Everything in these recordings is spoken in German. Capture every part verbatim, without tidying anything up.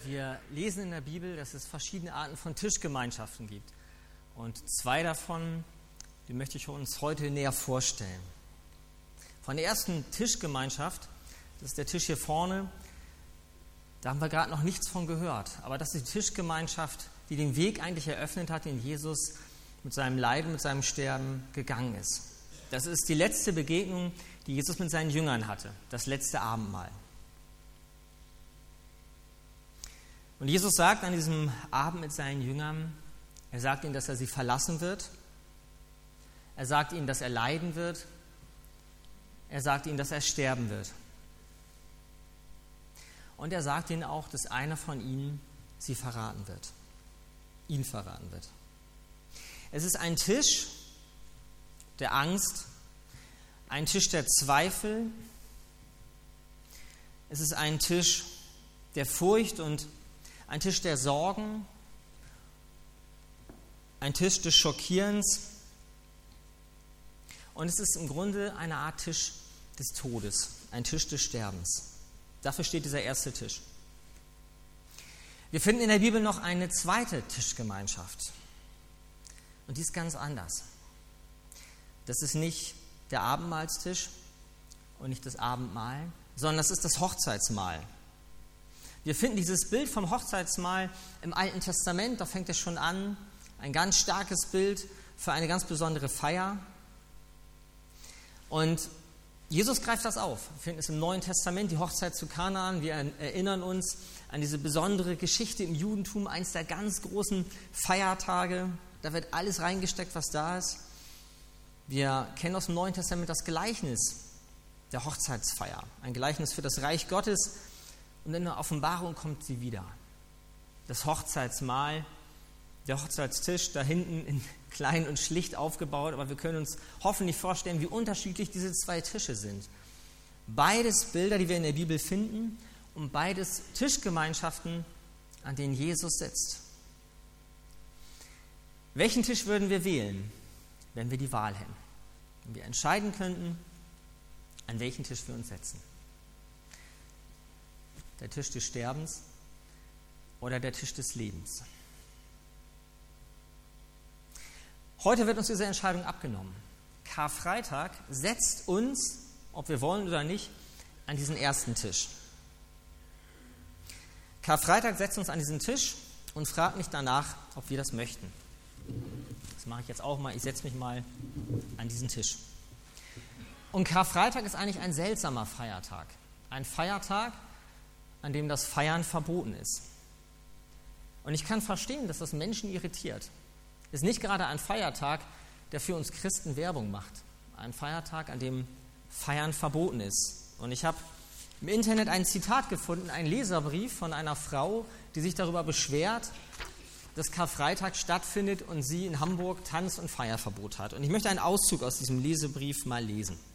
Wir lesen in der Bibel, dass es verschiedene Arten von Tischgemeinschaften gibt. Und zwei davon, die möchte ich uns heute näher vorstellen. Von der ersten Tischgemeinschaft, das ist der Tisch hier vorne, da haben wir gerade noch nichts von gehört. Aber das ist die Tischgemeinschaft, die den Weg eigentlich eröffnet hat, den Jesus mit seinem Leiden, mit seinem Sterben gegangen ist. Das ist die letzte Begegnung, die Jesus mit seinen Jüngern hatte, das letzte Abendmahl. Und Jesus sagt an diesem Abend mit seinen Jüngern, er sagt ihnen, dass er sie verlassen wird. Er sagt ihnen, dass er leiden wird. Er sagt ihnen, dass er sterben wird. Und er sagt ihnen auch, dass einer von ihnen sie verraten wird. Ihn verraten wird. Es ist ein Tisch der Angst, ein Tisch der Zweifel. Es ist ein Tisch der Furcht und ein Tisch der Sorgen, ein Tisch des Schockierens und es ist im Grunde eine Art Tisch des Todes, ein Tisch des Sterbens. Dafür steht dieser erste Tisch. Wir finden in der Bibel noch eine zweite Tischgemeinschaft und die ist ganz anders. Das ist nicht der Abendmahlstisch und nicht das Abendmahl, sondern das ist das Hochzeitsmahl. Wir finden dieses Bild vom Hochzeitsmahl im Alten Testament, da fängt es schon an, ein ganz starkes Bild für eine ganz besondere Feier. Und Jesus greift das auf. Wir finden es im Neuen Testament, die Hochzeit zu Kanaan. Wir erinnern uns an diese besondere Geschichte im Judentum, eines der ganz großen Feiertage. Da wird alles reingesteckt, was da ist. Wir kennen aus dem Neuen Testament das Gleichnis der Hochzeitsfeier, ein Gleichnis für das Reich Gottes. Und in der Offenbarung kommt sie wieder. Das Hochzeitsmahl, der Hochzeitstisch, da hinten in klein und schlicht aufgebaut, aber wir können uns hoffentlich vorstellen, wie unterschiedlich diese zwei Tische sind. Beides Bilder, die wir in der Bibel finden und beides Tischgemeinschaften, an denen Jesus sitzt. Welchen Tisch würden wir wählen, wenn wir die Wahl hätten? Wenn wir entscheiden könnten, an welchen Tisch wir uns setzen? Der Tisch des Sterbens oder der Tisch des Lebens. Heute wird uns diese Entscheidung abgenommen. Karfreitag setzt uns, ob wir wollen oder nicht, an diesen ersten Tisch. Karfreitag setzt uns an diesen Tisch und fragt mich danach, ob wir das möchten. Das mache ich jetzt auch mal. Ich setze mich mal an diesen Tisch. Und Karfreitag ist eigentlich ein seltsamer Feiertag. Ein Feiertag, an dem das Feiern verboten ist. Und ich kann verstehen, dass das Menschen irritiert. Es ist nicht gerade ein Feiertag, der für uns Christen Werbung macht. Ein Feiertag, an dem Feiern verboten ist. Und ich habe im Internet ein Zitat gefunden, einen Leserbrief von einer Frau, die sich darüber beschwert, dass Karfreitag stattfindet und sie in Hamburg Tanz- und Feierverbot hat. Und ich möchte einen Auszug aus diesem Leserbrief mal lesen.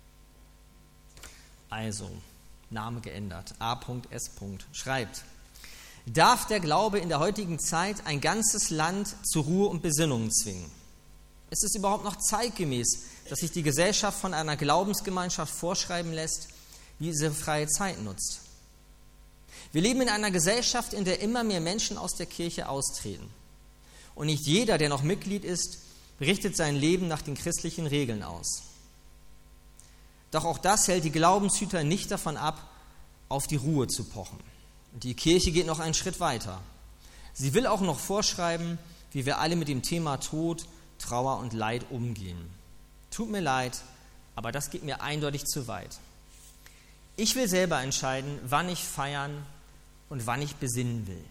Also, Name geändert, A S. schreibt: Darf der Glaube in der heutigen Zeit ein ganzes Land zur Ruhe und Besinnung zwingen? Ist es überhaupt noch zeitgemäß, dass sich die Gesellschaft von einer Glaubensgemeinschaft vorschreiben lässt, wie sie freie Zeit nutzt? Wir leben in einer Gesellschaft, in der immer mehr Menschen aus der Kirche austreten. Und nicht jeder, der noch Mitglied ist, richtet sein Leben nach den christlichen Regeln aus. Doch auch das hält die Glaubenshüter nicht davon ab, auf die Ruhe zu pochen. Und die Kirche geht noch einen Schritt weiter. Sie will auch noch vorschreiben, wie wir alle mit dem Thema Tod, Trauer und Leid umgehen. Tut mir leid, aber das geht mir eindeutig zu weit. Ich will selber entscheiden, wann ich feiern und wann ich besinnen will.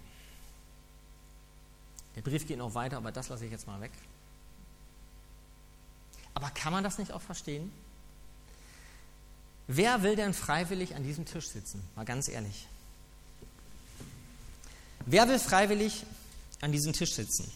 Der Brief geht noch weiter, aber das lasse ich jetzt mal weg. Aber kann man das nicht auch verstehen? Wer will denn freiwillig an diesem Tisch sitzen? Mal ganz ehrlich. Wer will freiwillig an diesem Tisch sitzen?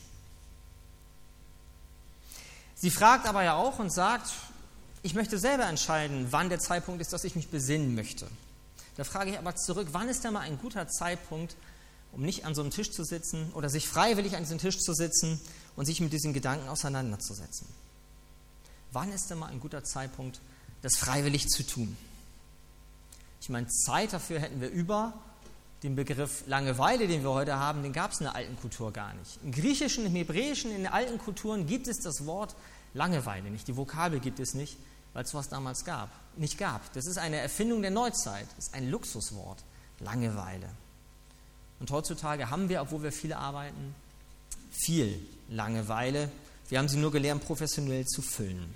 Sie fragt aber ja auch und sagt, ich möchte selber entscheiden, wann der Zeitpunkt ist, dass ich mich besinnen möchte. Da frage ich aber zurück, wann ist denn mal ein guter Zeitpunkt, um nicht an so einem Tisch zu sitzen oder sich freiwillig an diesem Tisch zu sitzen und sich mit diesen Gedanken auseinanderzusetzen? Wann ist denn mal ein guter Zeitpunkt, das freiwillig zu tun? Ich meine, Zeit dafür hätten wir über, den Begriff Langeweile, den wir heute haben, den gab es in der alten Kultur gar nicht. Im Griechischen, im Hebräischen, in den alten Kulturen gibt es das Wort Langeweile nicht. Die Vokabel gibt es nicht, weil es sowas damals gab, nicht gab. Das ist eine Erfindung der Neuzeit. Das ist ein Luxuswort, Langeweile. Und heutzutage haben wir, obwohl wir viele arbeiten, viel Langeweile. Wir haben sie nur gelernt, professionell zu füllen.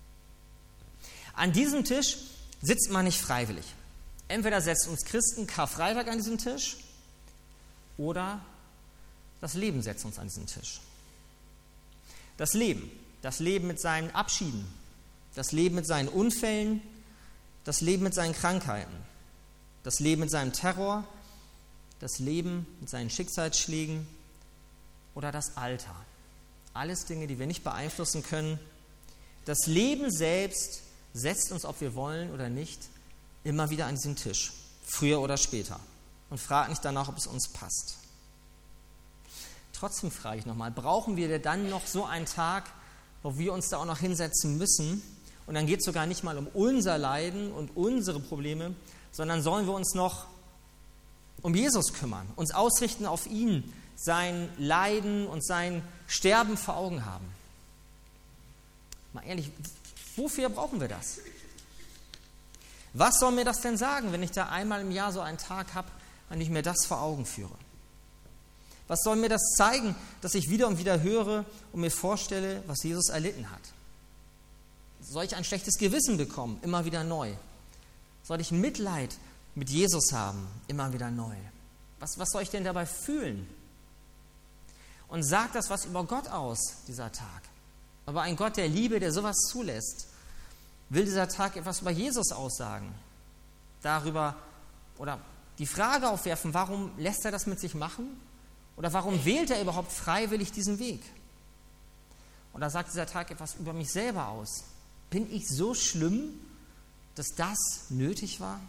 An diesem Tisch sitzt man nicht freiwillig. Entweder setzt uns Christen Karfreitag an diesen Tisch oder das Leben setzt uns an diesen Tisch. Das Leben, das Leben mit seinen Abschieden, das Leben mit seinen Unfällen, das Leben mit seinen Krankheiten, das Leben mit seinem Terror, das Leben mit seinen Schicksalsschlägen oder das Alter. Alles Dinge, die wir nicht beeinflussen können. Das Leben selbst setzt uns, ob wir wollen oder nicht, immer wieder an diesen Tisch, früher oder später, und fragt nicht danach, ob es uns passt. Trotzdem frage ich nochmal, brauchen wir dann noch so einen Tag, wo wir uns da auch noch hinsetzen müssen? Und dann geht es sogar nicht mal um unser Leiden und unsere Probleme, sondern sollen wir uns noch um Jesus kümmern, uns ausrichten auf ihn, sein Leiden und sein Sterben vor Augen haben. Mal ehrlich, wofür brauchen wir das? Was soll mir das denn sagen, wenn ich da einmal im Jahr so einen Tag habe, an dem ich mir das vor Augen führe? Was soll mir das zeigen, dass ich wieder und wieder höre und mir vorstelle, was Jesus erlitten hat? Soll ich ein schlechtes Gewissen bekommen, immer wieder neu? Soll ich Mitleid mit Jesus haben, immer wieder neu? Was, was soll ich denn dabei fühlen? Und sagt das was über Gott aus, dieser Tag? Aber ein Gott der Liebe, der sowas zulässt, will dieser Tag etwas über Jesus aussagen? Darüber oder die Frage aufwerfen, warum lässt er das mit sich machen? Oder warum wählt er überhaupt freiwillig diesen Weg? Oder sagt dieser Tag etwas über mich selber aus? Bin ich so schlimm, dass das nötig war?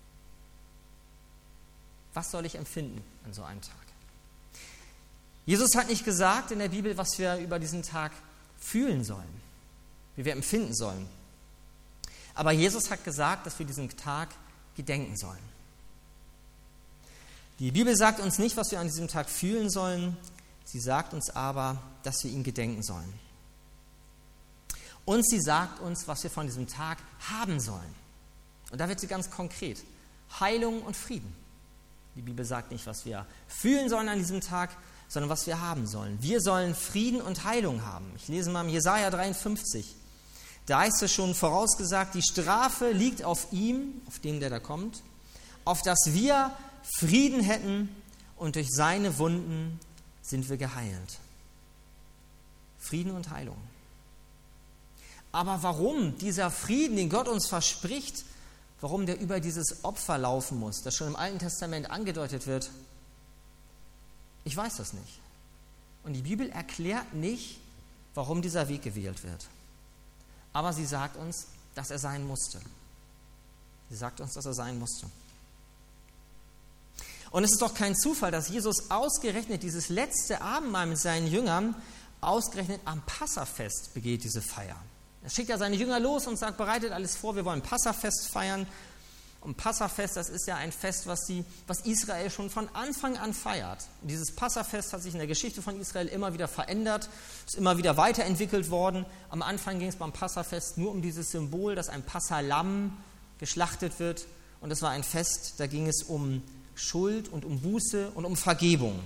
Was soll ich empfinden an so einem Tag? Jesus hat nicht gesagt in der Bibel, was wir über diesen Tag fühlen sollen, wie wir empfinden sollen. Aber Jesus hat gesagt, dass wir diesen Tag gedenken sollen. Die Bibel sagt uns nicht, was wir an diesem Tag fühlen sollen, sie sagt uns aber, dass wir ihn gedenken sollen. Und sie sagt uns, was wir von diesem Tag haben sollen. Und da wird sie ganz konkret. Heilung und Frieden. Die Bibel sagt nicht, was wir fühlen sollen an diesem Tag, sondern was wir haben sollen. Wir sollen Frieden und Heilung haben. Ich lese mal im Jesaja dreiundfünfzig. Da ist es schon vorausgesagt, die Strafe liegt auf ihm, auf dem, der da kommt, auf dass wir Frieden hätten und durch seine Wunden sind wir geheilt. Frieden und Heilung. Aber warum dieser Frieden, den Gott uns verspricht, warum der über dieses Opfer laufen muss, das schon im Alten Testament angedeutet wird, ich weiß das nicht. Und die Bibel erklärt nicht, warum dieser Weg gewählt wird. Aber sie sagt uns, dass er sein musste. Sie sagt uns, dass er sein musste. Und es ist doch kein Zufall, dass Jesus ausgerechnet dieses letzte Abendmahl mit seinen Jüngern ausgerechnet am Passafest begeht, diese Feier. Er schickt ja seine Jünger los und sagt, bereitet alles vor, wir wollen Passafest feiern. Und Passafest, das ist ja ein Fest, was, die, was Israel schon von Anfang an feiert. Und dieses Passafest hat sich in der Geschichte von Israel immer wieder verändert, ist immer wieder weiterentwickelt worden. Am Anfang ging es beim Passafest nur um dieses Symbol, dass ein Passalamm geschlachtet wird. Und es war ein Fest, da ging es um Schuld und um Buße und um Vergebung.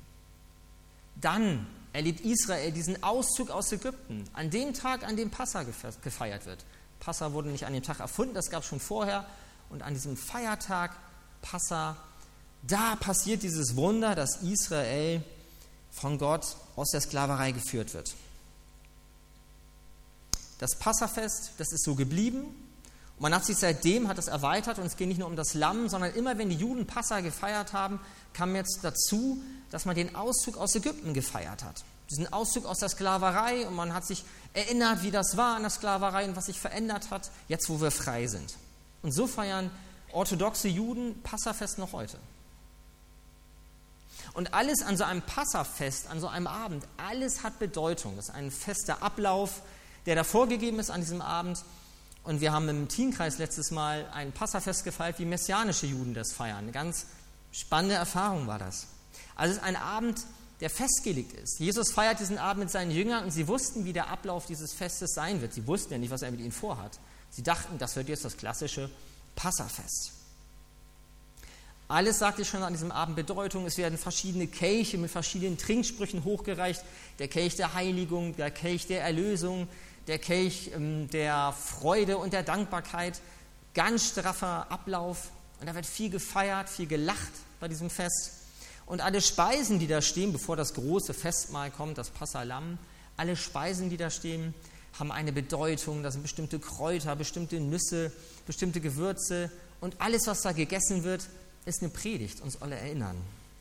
Dann erlebt Israel diesen Auszug aus Ägypten, an dem Tag, an dem Passa gefeiert wird. Passa wurde nicht an dem Tag erfunden, das gab es schon vorher. Und an diesem Feiertag, Passa, da passiert dieses Wunder, dass Israel von Gott aus der Sklaverei geführt wird. Das Passafest, das ist so geblieben. Und man hat sich seitdem, hat es erweitert und es geht nicht nur um das Lamm, sondern immer wenn die Juden Passa gefeiert haben, kam jetzt dazu, dass man den Auszug aus Ägypten gefeiert hat. Diesen Auszug aus der Sklaverei und man hat sich erinnert, wie das war in der Sklaverei und was sich verändert hat, jetzt wo wir frei sind. Und so feiern orthodoxe Juden Passafest noch heute. Und alles an so einem Passafest, an so einem Abend, alles hat Bedeutung. Das ist ein fester Ablauf, der da vorgegeben ist an diesem Abend. Und wir haben im Teamkreis letztes Mal ein Passafest gefeiert, wie messianische Juden das feiern. Eine ganz Spannende Erfahrung war das. Also es ist ein Abend, der festgelegt ist. Jesus feiert diesen Abend mit seinen Jüngern und sie wussten, wie der Ablauf dieses Festes sein wird. Sie wussten ja nicht, was er mit ihnen vorhat. Sie dachten, das wird jetzt das klassische Passafest. Alles sagte schon an diesem Abend Bedeutung. Es werden verschiedene Kelche mit verschiedenen Trinksprüchen hochgereicht. Der Kelch der Heiligung, der Kelch der Erlösung, der Kelch ähm, der Freude und der Dankbarkeit. Ganz straffer Ablauf. Und da wird viel gefeiert, viel gelacht bei diesem Fest. Und alle Speisen, die da stehen, bevor das große Festmahl kommt, das Passahlamm, alle Speisen, die da stehen, haben eine Bedeutung. Da sind bestimmte Kräuter, bestimmte Nüsse, bestimmte Gewürze. Und alles, was da gegessen wird, ist eine Predigt, uns alle erinnern.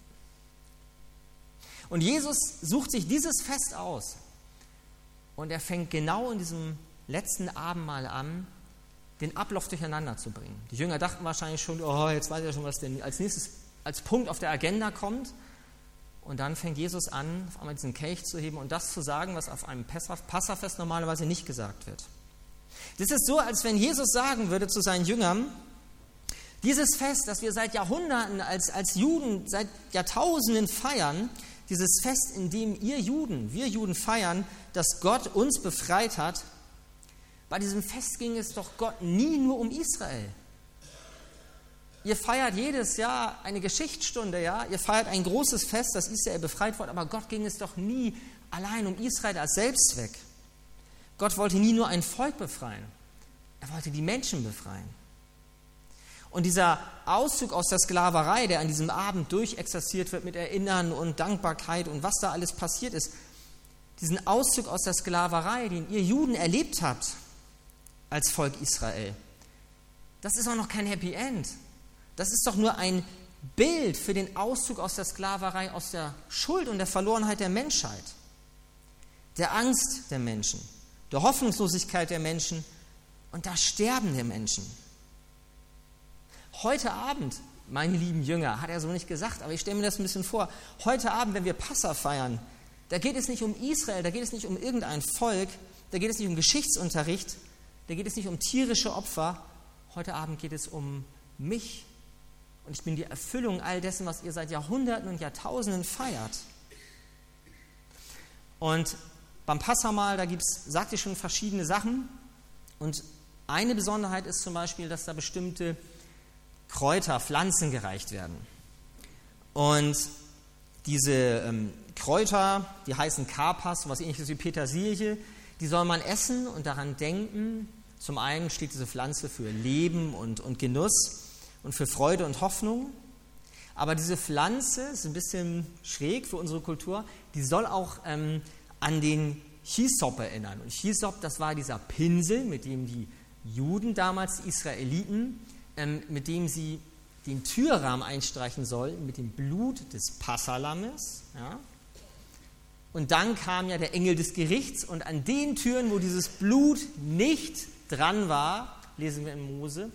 Und Jesus sucht sich dieses Fest aus. Und er fängt genau in diesem letzten Abendmahl an, den Ablauf durcheinander zu bringen. Die Jünger dachten wahrscheinlich schon, oh, jetzt weiß ich ja schon, was denn als nächstes als Punkt auf der Agenda kommt. Und dann fängt Jesus an, auf einmal diesen Kelch zu heben und das zu sagen, was auf einem Passafest normalerweise nicht gesagt wird. Das ist so, als wenn Jesus sagen würde zu seinen Jüngern, dieses Fest, das wir seit Jahrhunderten als, als Juden, seit Jahrtausenden feiern, dieses Fest, in dem ihr Juden, wir Juden feiern, dass Gott uns befreit hat, bei diesem Fest ging es doch Gott nie nur um Israel. Ihr feiert jedes Jahr eine Geschichtsstunde, ja? Ihr feiert ein großes Fest, dass Israel befreit wurde, aber Gott ging es doch nie allein um Israel als Selbstzweck. Gott wollte nie nur ein Volk befreien, er wollte die Menschen befreien. Und dieser Auszug aus der Sklaverei, der an diesem Abend durchexerziert wird mit Erinnern und Dankbarkeit und was da alles passiert ist, diesen Auszug aus der Sklaverei, den ihr Juden erlebt habt als Volk Israel, das ist auch noch kein Happy End. Das ist doch nur ein Bild für den Auszug aus der Sklaverei, aus der Schuld und der Verlorenheit der Menschheit, der Angst der Menschen, der Hoffnungslosigkeit der Menschen und das Sterben der Menschen. Heute Abend, meine lieben Jünger, hat er so nicht gesagt, aber ich stelle mir das ein bisschen vor, heute Abend, wenn wir Passa feiern, da geht es nicht um Israel, da geht es nicht um irgendein Volk, da geht es nicht um Geschichtsunterricht, da geht es nicht um tierische Opfer, heute Abend geht es um mich. Und ich bin die Erfüllung all dessen, was ihr seit Jahrhunderten und Jahrtausenden feiert. Und beim Passamal, da gibt es, sagt ihr schon, verschiedene Sachen. Und eine Besonderheit ist zum Beispiel, dass da bestimmte Kräuter, Pflanzen gereicht werden. Und diese ähm, Kräuter, die heißen Karpas, was ähnliches wie Petersilie, die soll man essen und daran denken. Zum einen steht diese Pflanze für Leben und, und Genuss und für Freude und Hoffnung. Aber diese Pflanze ist ein bisschen schräg für unsere Kultur, die soll auch ähm, an den Chisop erinnern. Und Chisop, das war dieser Pinsel, mit dem die Juden damals, die Israeliten, ähm, mit dem sie den Türrahmen einstreichen sollten, mit dem Blut des Passalammes. Ja. Und dann kam ja der Engel des Gerichts und an den Türen, wo dieses Blut nicht dran war, lesen wir in Mose,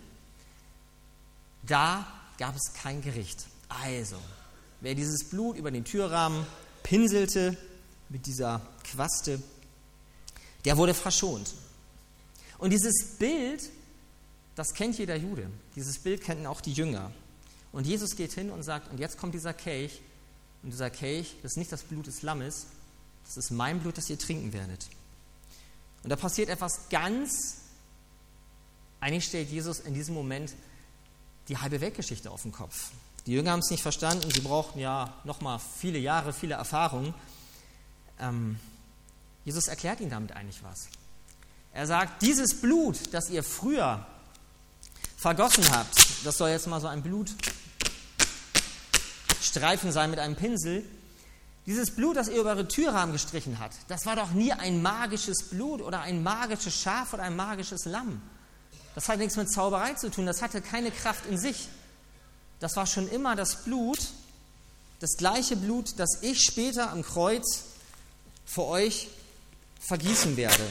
da gab es kein Gericht. Also, wer dieses Blut über den Türrahmen pinselte mit dieser Quaste, der wurde verschont. Und dieses Bild, das kennt jeder Jude. Dieses Bild kennen auch die Jünger. Und Jesus geht hin und sagt, und jetzt kommt dieser Kelch. Und dieser Kelch, das ist nicht das Blut des Lammes, das ist mein Blut, das ihr trinken werdet. Und da passiert etwas ganz, eigentlich stellt Jesus in diesem Moment die halbe Weltgeschichte auf den Kopf. Die Jünger haben es nicht verstanden, sie brauchten ja nochmal viele Jahre, viele Erfahrungen. Ähm, Jesus erklärt ihnen damit eigentlich was. Er sagt, dieses Blut, das ihr früher vergossen habt, das soll jetzt mal so ein Blutstreifen sein mit einem Pinsel, dieses Blut, das ihr über eure Türrahmen gestrichen habt, das war doch nie ein magisches Blut oder ein magisches Schaf oder ein magisches Lamm. Das hat nichts mit Zauberei zu tun, das hatte keine Kraft in sich. Das war schon immer das Blut, das gleiche Blut, das ich später am Kreuz für euch vergießen werde.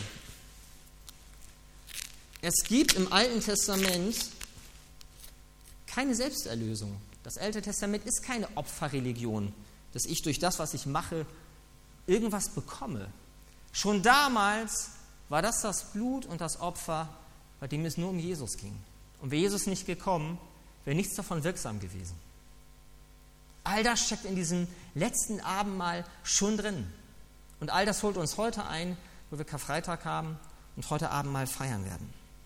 Es gibt im Alten Testament keine Selbsterlösung. Das Alte Testament ist keine Opferreligion, dass ich durch das, was ich mache, irgendwas bekomme. Schon damals war das das Blut und das Opfer, bei dem es nur um Jesus ging. Und wäre Jesus nicht gekommen, wäre nichts davon wirksam gewesen. All das steckt in diesem letzten Abendmahl schon drin. Und all das holt uns heute ein, wo wir Karfreitag haben und heute Abendmahl feiern werden.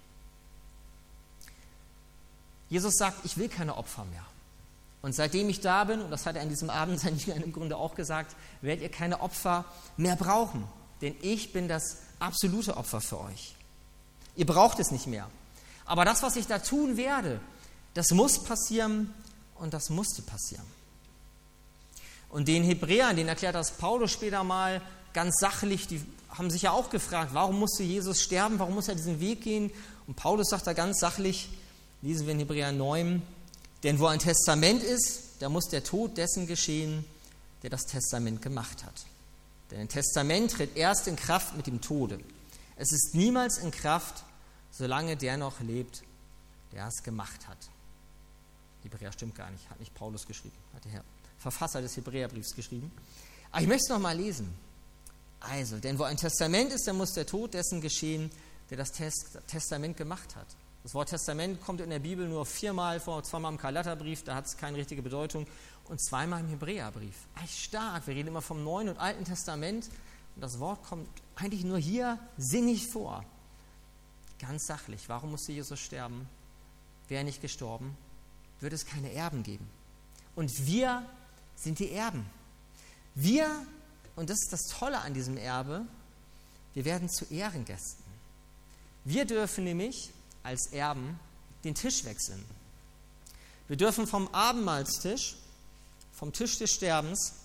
Jesus sagt, ich will keine Opfer mehr. Und seitdem ich da bin, und das hat er an diesem Abend seinen Jüngern im Grunde auch gesagt, werdet ihr keine Opfer mehr brauchen. Denn ich bin das absolute Opfer für euch. Ihr braucht es nicht mehr. Aber das, was ich da tun werde, das muss passieren und das musste passieren. Und den Hebräern, den erklärt das Paulus später mal ganz sachlich, die haben sich ja auch gefragt, warum musste Jesus sterben, warum muss er diesen Weg gehen? Und Paulus sagt da ganz sachlich, lesen wir in Hebräer neun, denn wo ein Testament ist, da muss der Tod dessen geschehen, der das Testament gemacht hat. Denn ein Testament tritt erst in Kraft mit dem Tode. Es ist niemals in Kraft, solange der noch lebt, der es gemacht hat. Hebräer stimmt gar nicht, hat nicht Paulus geschrieben, hat der Herr Verfasser des Hebräerbriefs geschrieben. Aber ich möchte es noch mal lesen. Also, denn wo ein Testament ist, dann muss der Tod dessen geschehen, der das Testament gemacht hat. Das Wort Testament kommt in der Bibel nur viermal vor, zweimal im Galaterbrief, da hat es keine richtige Bedeutung, und zweimal im Hebräerbrief. Echt stark, wir reden immer vom Neuen und Alten Testament und das Wort kommt eigentlich nur hier sinnig vor. Ganz sachlich, warum musste Jesus sterben? Wäre er nicht gestorben, würde es keine Erben geben. Und wir sind die Erben. Wir, und das ist das Tolle an diesem Erbe, wir werden zu Ehrengästen. Wir dürfen nämlich als Erben den Tisch wechseln. Wir dürfen vom Abendmahlstisch, vom Tisch des Sterbens,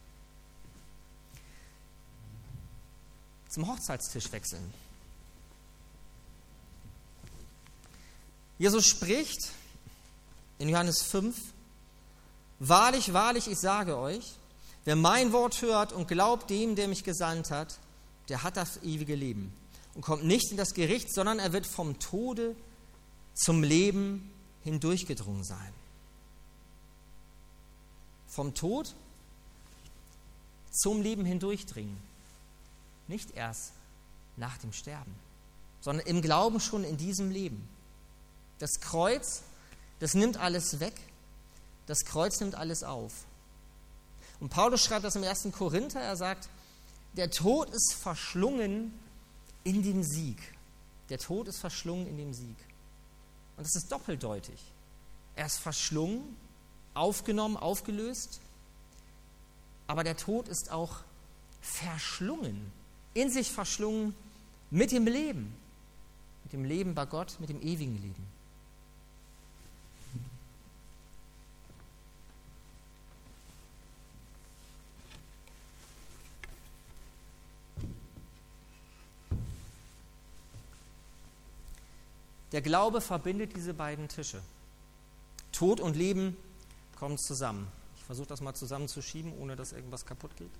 zum Hochzeitstisch wechseln. Jesus spricht in Johannes fünf, wahrlich, wahrlich, ich sage euch, wer mein Wort hört und glaubt dem, der mich gesandt hat, der hat das ewige Leben und kommt nicht in das Gericht, sondern er wird vom Tode zum Leben hindurchgedrungen sein. Vom Tod zum Leben hindurchdringen. Nicht erst nach dem Sterben, sondern im Glauben schon in diesem Leben. Das Kreuz, das nimmt alles weg. Das Kreuz nimmt alles auf. Und Paulus schreibt das im ersten Korinther, er sagt, der Tod ist verschlungen in dem Sieg. Der Tod ist verschlungen in dem Sieg. Und das ist doppeldeutig. Er ist verschlungen, aufgenommen, aufgelöst, aber der Tod ist auch verschlungen, in sich verschlungen mit dem Leben. Mit dem Leben bei Gott, mit dem ewigen Leben. Der Glaube verbindet diese beiden Tische. Tod und Leben kommen zusammen. Ich versuche das mal zusammenzuschieben, ohne dass irgendwas kaputt geht.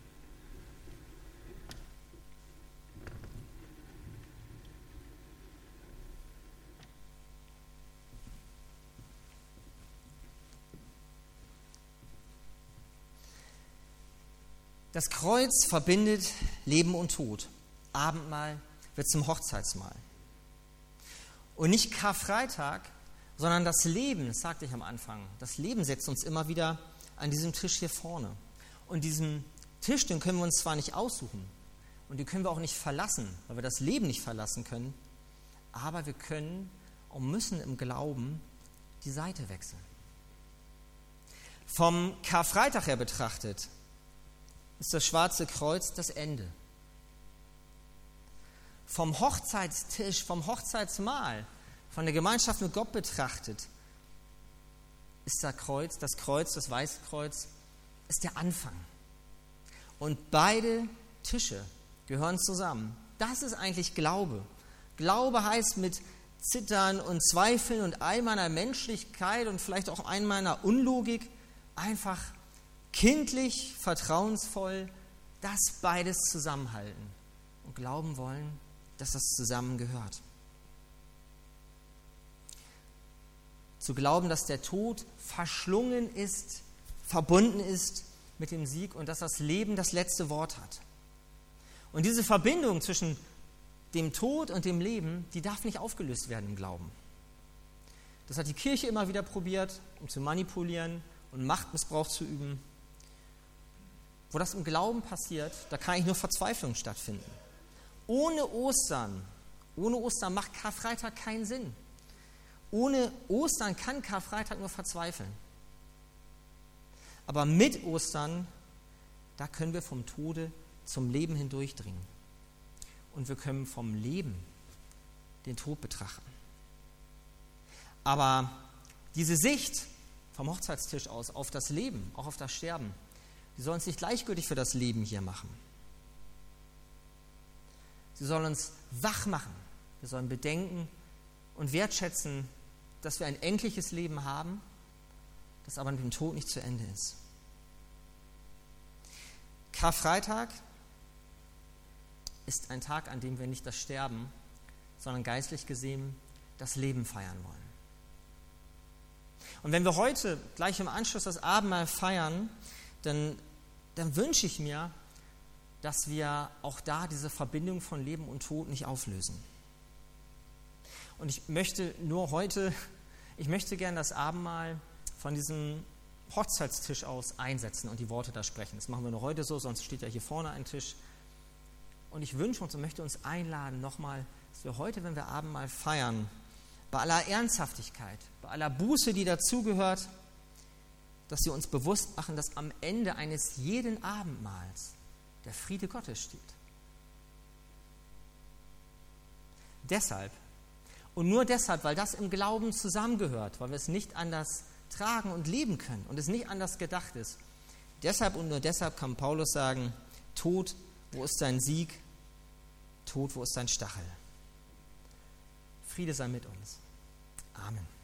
Das Kreuz verbindet Leben und Tod. Abendmahl wird zum Hochzeitsmahl. Und nicht Karfreitag, sondern das Leben, das sagte ich am Anfang, das Leben setzt uns immer wieder an diesem Tisch hier vorne. Und diesen Tisch, den können wir uns zwar nicht aussuchen und den können wir auch nicht verlassen, weil wir das Leben nicht verlassen können, aber wir können und müssen im Glauben die Seite wechseln. Vom Karfreitag her betrachtet ist das Schwarze Kreuz das Ende. Vom Hochzeitstisch, vom Hochzeitsmahl, von der Gemeinschaft mit Gott betrachtet, ist das Kreuz, das Kreuz, das Weiße Kreuz, ist der Anfang. Und beide Tische gehören zusammen. Das ist eigentlich Glaube. Glaube heißt mit Zittern und Zweifeln und all meiner Menschlichkeit und vielleicht auch all meiner Unlogik einfach kindlich, vertrauensvoll das beides zusammenhalten und glauben wollen, dass das zusammengehört. Zu glauben, dass der Tod verschlungen ist, verbunden ist mit dem Sieg und dass das Leben das letzte Wort hat. Und diese Verbindung zwischen dem Tod und dem Leben, die darf nicht aufgelöst werden im Glauben. Das hat die Kirche immer wieder probiert, um zu manipulieren und Machtmissbrauch zu üben. Wo das im Glauben passiert, da kann eigentlich nur Verzweiflung stattfinden. Ohne Ostern, ohne Ostern macht Karfreitag keinen Sinn. Ohne Ostern kann Karfreitag nur verzweifeln. Aber mit Ostern, da können wir vom Tode zum Leben hindurchdringen. Und wir können vom Leben den Tod betrachten. Aber diese Sicht vom Hochzeitstisch aus auf das Leben, auch auf das Sterben, die soll uns nicht gleichgültig für das Leben hier machen. Sie soll uns wach machen. Wir sollen bedenken und wertschätzen, dass wir ein endliches Leben haben, das aber mit dem Tod nicht zu Ende ist. Karfreitag ist ein Tag, an dem wir nicht das Sterben, sondern geistlich gesehen das Leben feiern wollen. Und wenn wir heute gleich im Anschluss das Abendmahl feiern, dann, dann wünsche ich mir, dass wir auch da diese Verbindung von Leben und Tod nicht auflösen. Und ich möchte nur heute, ich möchte gerne das Abendmahl von diesem Hochzeitstisch aus einsetzen und die Worte da sprechen. Das machen wir nur heute so, sonst steht ja hier vorne ein Tisch. Und ich wünsche uns und möchte uns einladen, nochmal, dass wir heute, wenn wir Abendmahl feiern, bei aller Ernsthaftigkeit, bei aller Buße, die dazugehört, dass wir uns bewusst machen, dass am Ende eines jeden Abendmahls der Friede Gottes steht. Deshalb, und nur deshalb, weil das im Glauben zusammengehört, weil wir es nicht anders tragen und leben können und es nicht anders gedacht ist, deshalb und nur deshalb kann Paulus sagen, Tod, wo ist dein Sieg? Tod, wo ist dein Stachel? Friede sei mit uns. Amen.